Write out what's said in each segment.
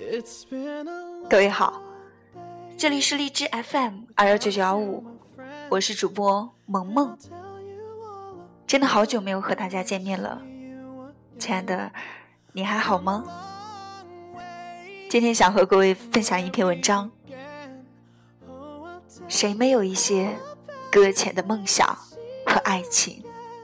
各位好，这里是荔枝 FM21995，我是主播萌萌。真的好久没有和大家见面了，亲爱的，你还好吗？今天想和各位分享一篇文章，谁没有一些搁浅的梦想和爱情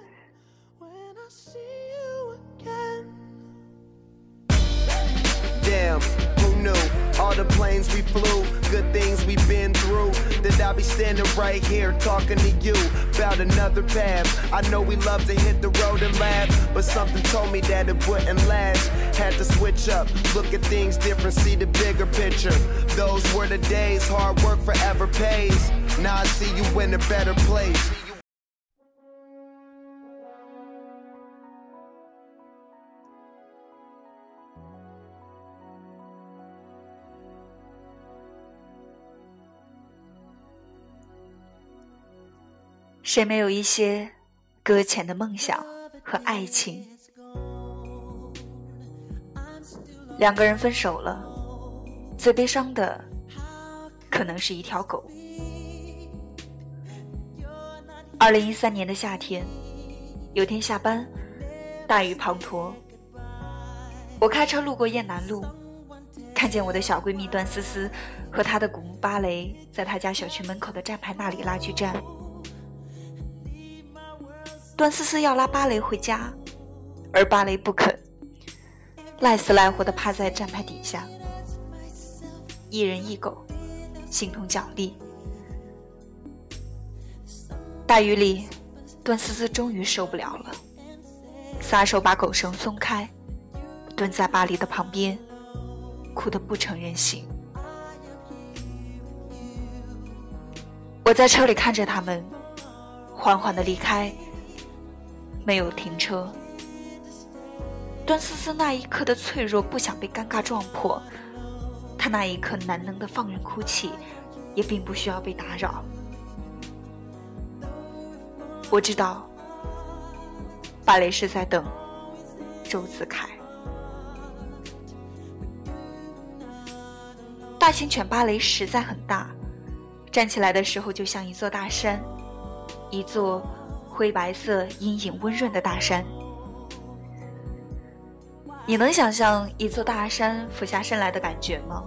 ？Damn, who knew? All the planes we flew, good things we've been through. That I'll be standing right here talking to you about another path. I know we love to hit the road and laugh, but something told me that it wouldn't last. Had to switch up, look at things different, see the bigger picture. Those were the days, hard work forever pays. Now I see you in a better place. 谁没有一些搁浅的梦想和爱情？两个人分手了，最悲伤的可能是一条狗。2013年的夏天，有天下班，大雨滂沱，我开车路过雁南路，看见我的小闺蜜段思思和她的古墓芭蕾在她家小区门口的站牌那里拉锯战。段思思要拉芭蕾回家，而芭蕾不肯，赖死赖活地趴在站牌底下，一人一狗，形同脚力。大雨里，段思思终于受不了了，撒手把狗绳松开，蹲在芭蕾的旁边，哭得不成人形。我在车里看着他们缓缓地离开，没有停车。段思思那一刻的脆弱不想被尴尬撞破，她那一刻难能的放任哭泣也并不需要被打扰。我知道芭蕾是在等周子凯。大型犬芭蕾实在很大，站起来的时候就像一座大山，一座灰白色阴影温润的大山。你能想象一座大山俯下身来的感觉吗？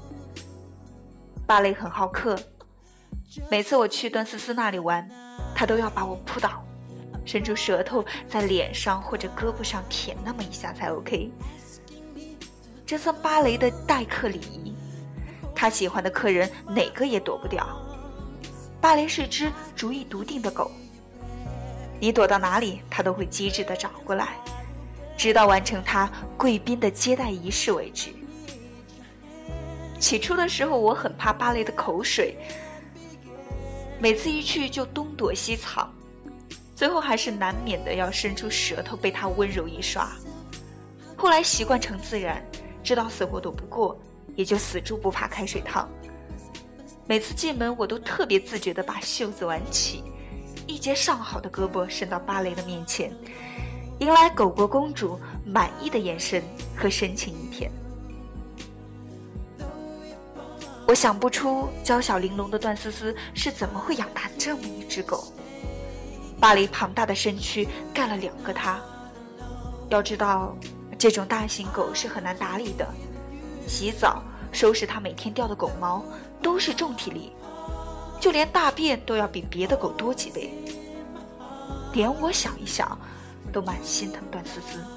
芭蕾很好客，每次我去段思思那里玩，她都要把我扑倒，伸出舌头在脸上或者胳膊上舔那么一下才 OK。 这算芭蕾的待客礼仪，她喜欢的客人哪个也躲不掉。芭蕾是只主意笃定的狗，你躲到哪里他都会机智地找过来，直到完成他贵宾的接待仪式为止。起初的时候我很怕芭蕾的口水，每次一去就东躲西藏，最后还是难免的要伸出舌头被他温柔一刷。后来习惯成自然，知道死活躲不过，也就死猪不怕开水烫。每次进门我都特别自觉地把袖子挽起，一截上好的胳膊伸到芭蕾的面前，迎来狗国公主满意的眼神和深情一瞥。我想不出娇小玲珑的段思思是怎么会养大这么一只狗，芭蕾庞大的身躯盖了2个她。要知道这种大型狗是很难打理的，洗澡收拾它每天掉的狗毛都是重体力，就连大便都要比别的狗多几倍。连我想一想都蛮心疼段思思。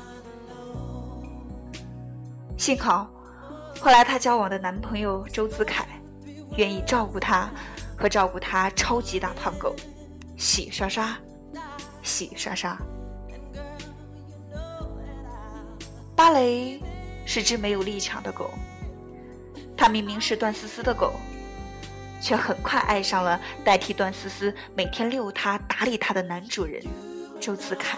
幸好后来她交往的男朋友周子凯愿意照顾她和照顾她超级大胖狗，洗刷刷洗刷刷。芭蕾是只没有立场的狗，它明明是段思思的狗，却很快爱上了代替段思思每天遛它打理它的男主人周子凯。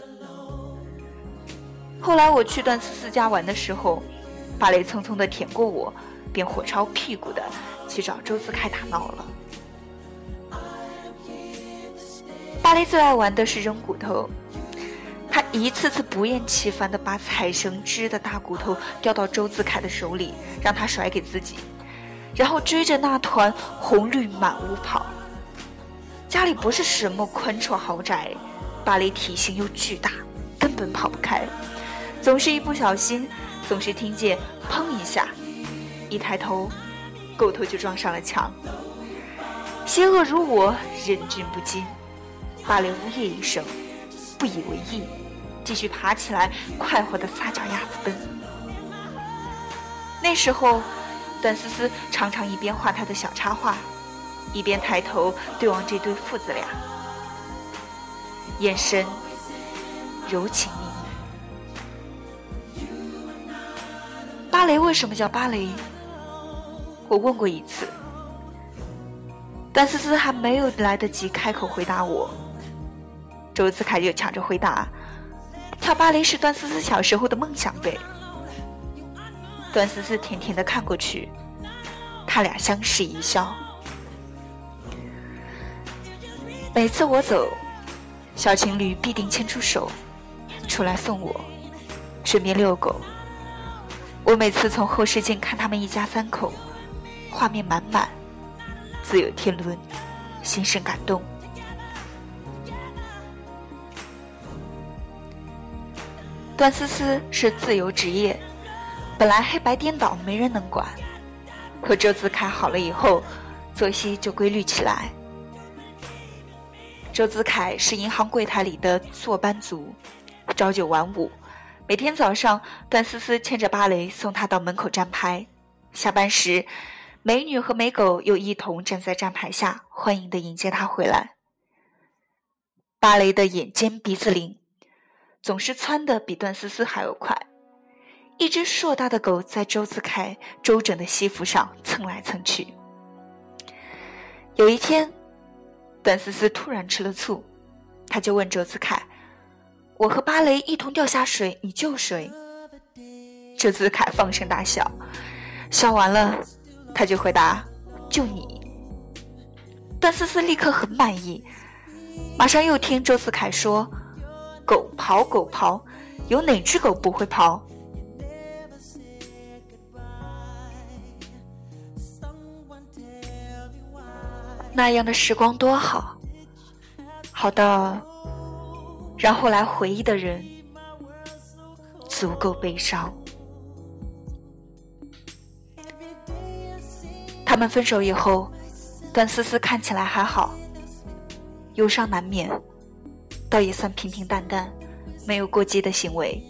后来我去段思思家玩的时候，芭蕾匆匆地舔过我，便火烧屁股的去找周子凯打闹了。芭蕾最爱玩的是扔骨头， 他一次次不厌其烦地把彩绳织的大骨头掉到周子凯的手里，让他甩给自己，然后追着那团红绿满屋跑。家里不是什么宽绰豪宅，芭蕾体型又巨大，根本跑不开，总是一不小心，总是听见砰一下，一抬头狗头就撞上了墙。邪恶如我，忍俊不禁，芭蕾呜咽一声，不以为意，继续爬起来，快活的撒脚丫子奔。那时候段思思常常一边画她的小插画，一边抬头对望这对父子俩，眼神柔情蜜蜜。芭蕾为什么叫芭蕾？我问过一次，段思思还没有来得及开口回答我，周子凯就抢着回答，跳芭蕾是段思思小时候的梦想呗。段思思甜甜地看过去，他俩相视一笑。每次我走，小情侣必定牵出手出来送我，顺便遛狗。我每次从后视镜看他们一家三口，画面满满，自有天伦，心生感动。段思思是自由职业，本来黑白颠倒没人能管，和周子凯好了以后，作息就规律起来。周子凯是银行柜台里的坐班族，朝9晚5，每天早上段思思牵着芭蕾送他到门口站牌，下班时美女和美狗又一同站在站牌下欢迎地迎接他回来。芭蕾的眼尖鼻子灵，总是窜得比段思思还要快，一只硕大的狗在周子凯周整的西服上蹭来蹭去。有一天段思思突然吃了醋，他就问周子凯，我和芭蕾一同掉下水，你救谁？周子凯放声大笑，笑完了他就回答，救你。段思思立刻很满意，马上又听周子凯说，狗刨狗刨，有哪只狗不会刨？那样的时光多好，好到让后来回忆的人足够悲伤。他们分手以后，段思思看起来还好，忧伤难免，倒也算平平淡淡，没有过激的行为。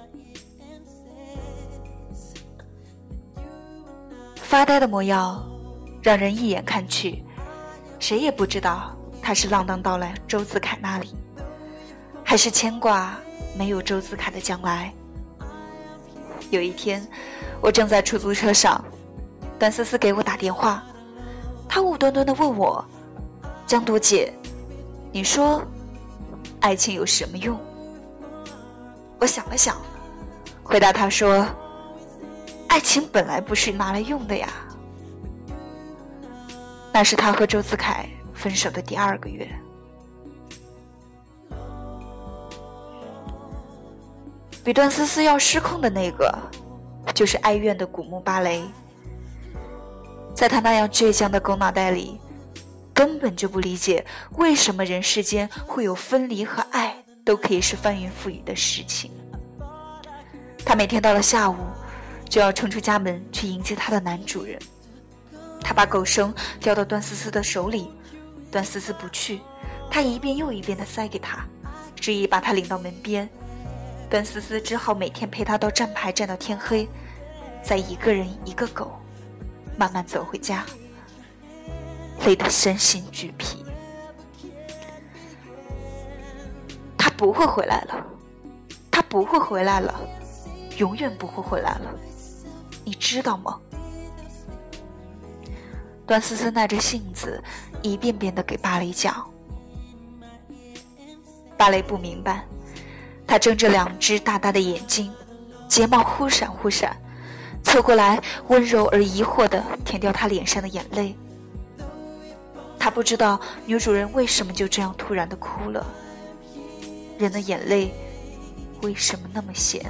发呆的模样让人一眼看去，谁也不知道他是浪荡到了周子凯那里，还是牵挂没有周子凯的将来。有一天我正在出租车上，段思思给我打电话，她无端端地问我，江朵姐，你说爱情有什么用？我想了想，回答她说，爱情本来不是拿来用的呀。那是她和周子凯分手的第2个月。比段思思要失控的那个就是哀怨的古墓芭蕾。在他那样倔强的狗脑袋里，根本就不理解为什么人世间会有分离和爱都可以是翻云覆雨的事情。他每天到了下午就要冲出家门去迎接他的男主人，他把狗绳叼到段思思的手里，段思思不去，他一遍又一遍地塞给他，执意把他领到门边。段思思只好每天陪他到站牌站到天黑，再一个人一个狗慢慢走回家，累得身心俱疲。他不会回来了，他不会回来了，永远不会回来了，你知道吗？段思思耐着性子一遍遍地给芭蕾讲。芭蕾不明白，他睁着2只大大的眼睛，睫毛忽闪忽闪，凑过来温柔而疑惑地舔掉他脸上的眼泪。他不知道女主人为什么就这样突然地哭了，人的眼泪为什么那么闲？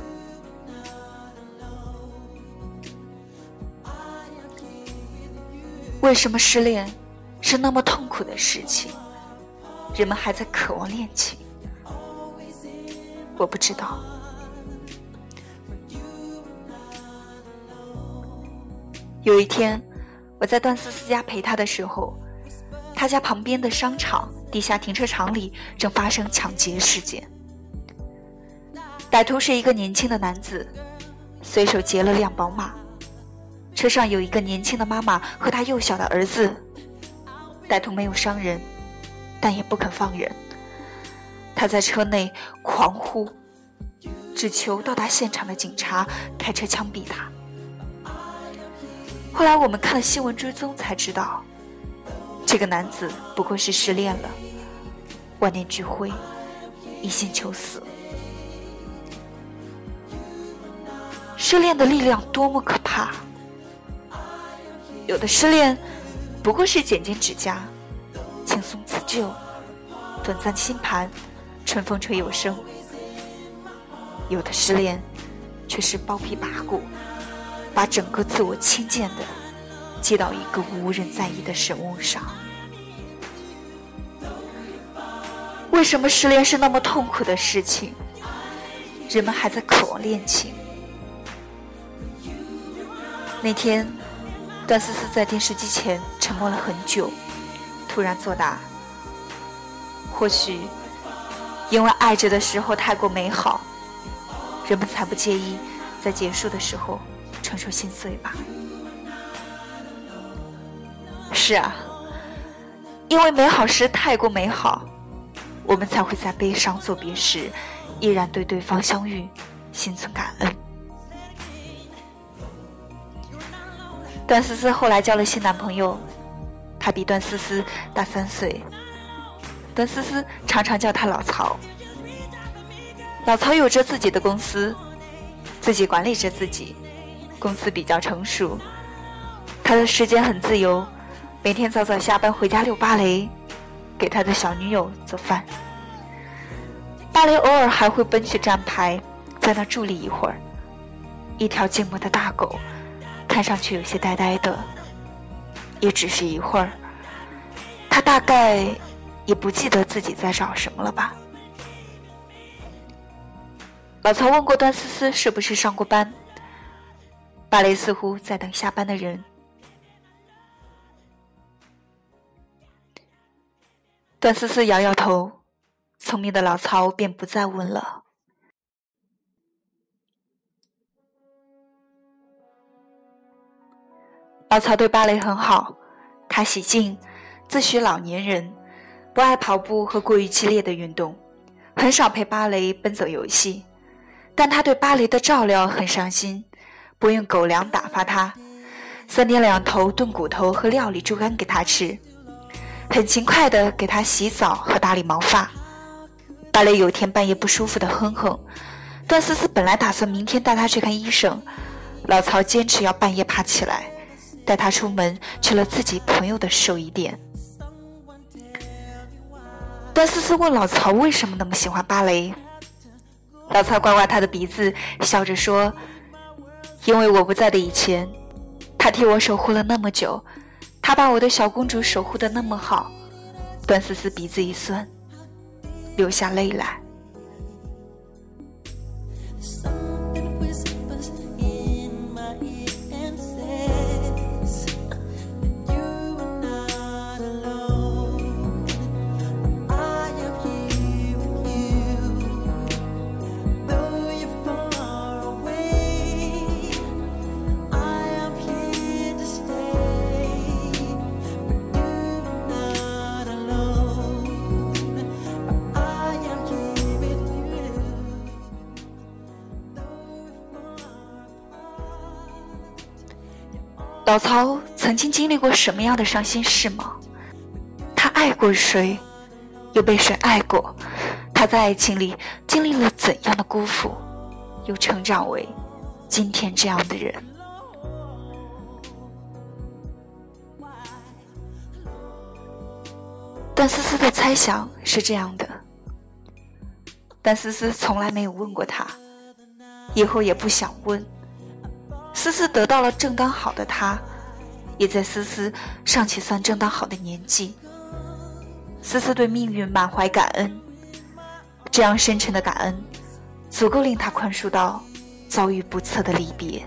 为什么失恋是那么痛苦的事情？人们还在渴望恋情？我不知道。有一天，我在段思思家陪她的时候，她家旁边的商场地下停车场里正发生抢劫事件。歹徒是一个年轻的男子，随手劫了辆宝马，车上有一个年轻的妈妈和她幼小的儿子。歹徒没有伤人，但也不肯放人。他在车内狂呼，只求到达现场的警察开车枪毙他。后来我们看了新闻追踪才知道，这个男子不过是失恋了，万念俱灰，一心求死。失恋的力量多么可怕！有的失恋不过是剪剪指甲，轻松辞旧，短暂心盘，春风吹有声。有的失恋却是包皮拔骨，把整个自我轻贱的击到一个无人在意的神物上。为什么失恋是那么痛苦的事情？人们还在渴望恋情。那天段思思在电视机前沉默了很久，突然作答：或许因为爱着的时候太过美好，人们才不介意在结束的时候承受心碎吧。是啊，因为美好时太过美好，我们才会在悲伤作别时依然对对方相遇心存感恩。段思思后来交了新男朋友，他比段思思大3岁。段思思常常叫他老曹。老曹有着自己的公司，自己管理着自己，公司比较成熟，他的时间很自由，每天早早下班回家溜芭蕾，给他的小女友做饭。芭蕾偶尔还会奔去站牌，在那伫立一会儿。一条静默的大狗看上去有些呆呆的，也只是一会儿，他大概也不记得自己在找什么了吧。老曹问过段思思是不是上过班，芭蕾似乎在等下班的人。段思思摇摇头，聪明的老曹便不再问了。老曹对芭蕾很好，他喜静，自诩老年人，不爱跑步和过于激烈的运动，很少陪芭蕾奔走游戏。但他对芭蕾的照料很上心，不用狗粮打发他，3点2头炖骨头和料理猪肝给他吃，很勤快地给他洗澡和打理毛发。芭蕾有天半夜不舒服的哼哼，段思思本来打算明天带他去看医生，老曹坚持要半夜爬起来带他出门去了自己朋友的寿衣店。段思思问老曹为什么那么喜欢芭蕾，老曹刮刮他的鼻子，笑着说：因为我不在的以前，他替我守护了那么久，他把我的小公主守护得那么好。段思思鼻子一酸，流下泪来。老曹曾经经历过什么样的伤心事吗？他爱过谁，又被谁爱过？他在爱情里经历了怎样的辜负，又成长为今天这样的人？段思思的猜想是这样的： 但思思从来没有问过他，以后也不想问。思思得到了正当好的他，也在思思尚且算正当好的年纪。思思对命运满怀感恩，这样深沉的感恩足够令他宽恕到遭遇不测的离别。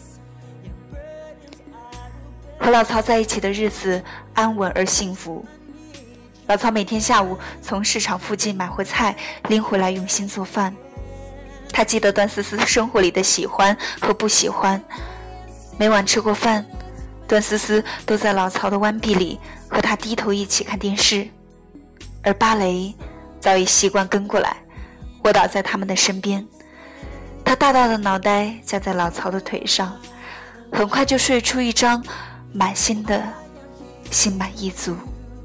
和老曹在一起的日子安稳而幸福。老曹每天下午从市场附近买回菜拎回来用心做饭。他记得段思思生活里的喜欢和不喜欢，每晚吃过饭，段思思都在老曹的湾壁里和他低头一起看电视，而芭蕾早已习惯跟过来，卧倒在他们的身边。他大大的脑袋架在老曹的腿上，很快就睡出一张满心的心满意足。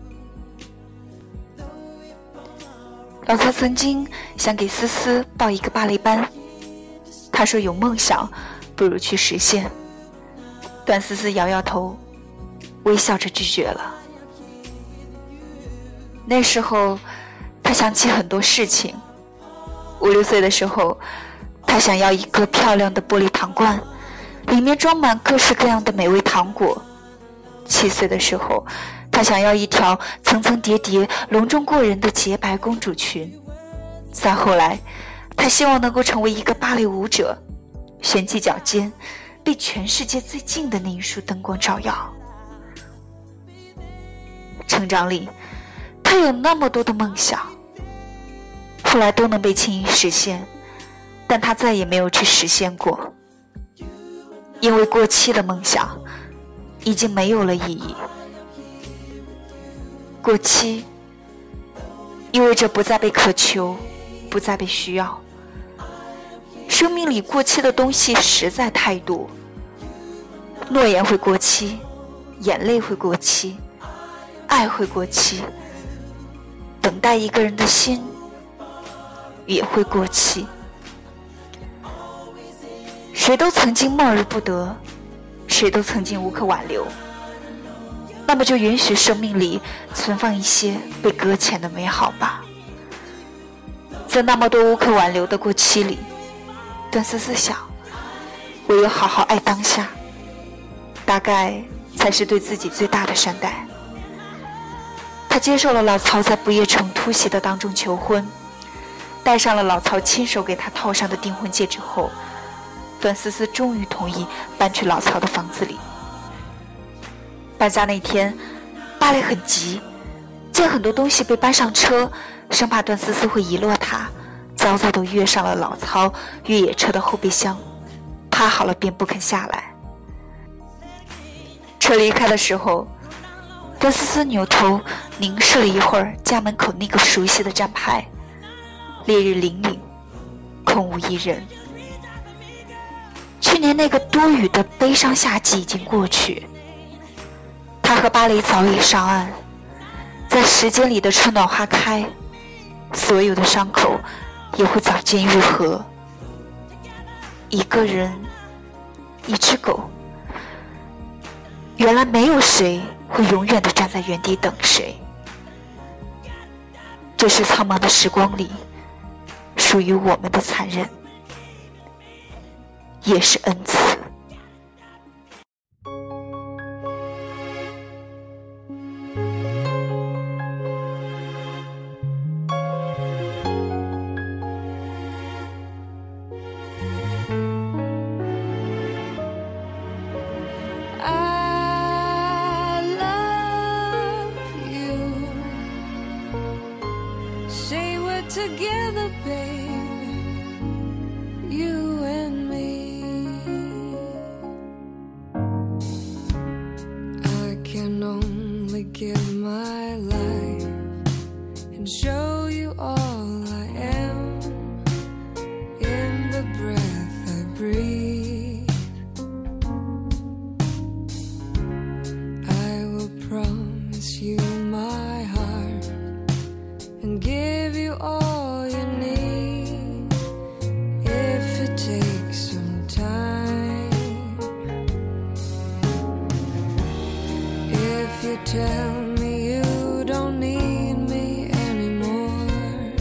老曹曾经想给思思报一个芭蕾班，他说有梦想不如去实现。段思思摇摇头，微笑着拒绝了。那时候他想起很多事情。5、6岁的时候，他想要一个漂亮的玻璃糖罐，里面装满各式各样的美味糖果。7岁的时候，他想要一条层层叠叠隆重过人的洁白公主裙。再后来，他希望能够成为一个芭蕾舞者，旋即脚尖被全世界最近的那一束灯光照耀。成长里，他有那么多的梦想，后来都能被轻易实现，但他再也没有去实现过，因为过期的梦想已经没有了意义。过期意味着不再被渴求，不再被需要。生命里过期的东西实在太多，诺言会过期，眼泪会过期，爱会过期，等待一个人的心也会过期。谁都曾经梦而不得，谁都曾经无可挽留，那么就允许生命里存放一些被搁浅的美好吧。在那么多无可挽留的过期里，段思思想，唯有好好爱当下，大概才是对自己最大的善待。他接受了老曹在不夜城突袭的当众求婚，戴上了老曹亲手给他套上的订婚戒之后，段思思终于同意搬去老曹的房子里。搬家那天，芭蕾很急，见很多东西被搬上车，生怕段思思会遗落它，早早地跃上了老曹越野车的后备箱，趴好了便不肯下来。车离开的时候，段思思扭头凝视了一会儿家门口那个熟悉的站牌，烈日凛凛，空无一人。去年那个多雨的悲伤夏季已经过去，他和芭蕾早已上岸，在时间里的春暖花开，所有的伤口也会早见愈合。一个人，一只狗，原来没有谁会永远地站在原地等谁。这是苍茫的时光里属于我们的残忍，也是恩赐。 Together, babe, you and me. I can only give my life and show you all I am in the breath I breathe. I will promise you my heart and give you all you need if it takes some time. If you tell me you don't need me anymore,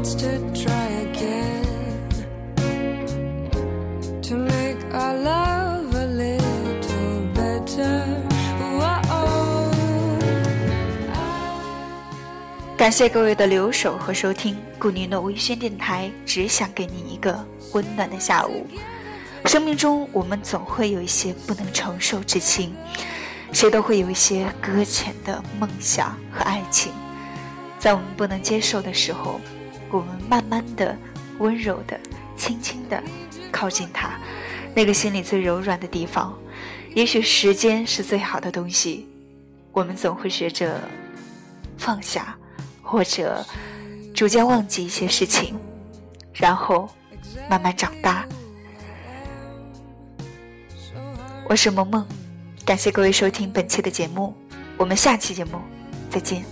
chance to try again, to make our love a little better. Whoa. 感谢各位的留守和收听，顾宁的微醺电台只想给你一个温暖的下午。生命中我们总会有一些不能承受之轻，谁都会有一些搁浅的梦想和爱情，在我们不能接受的时候，我们慢慢的、温柔的、轻轻的靠近它，那个心里最柔软的地方。也许时间是最好的东西，我们总会学着放下，或者逐渐忘记一些事情，然后慢慢长大。我是萌萌，感谢各位收听本期的节目，我们下期节目再见。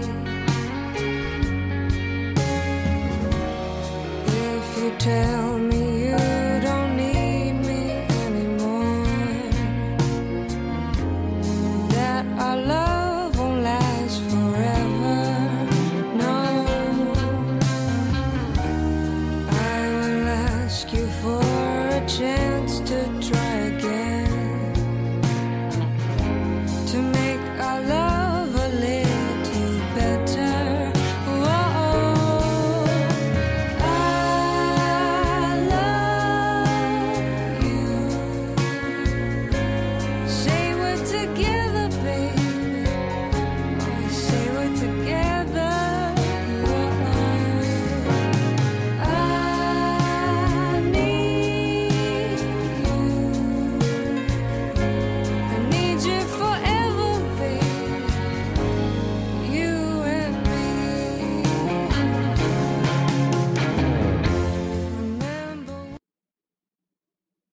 Tell me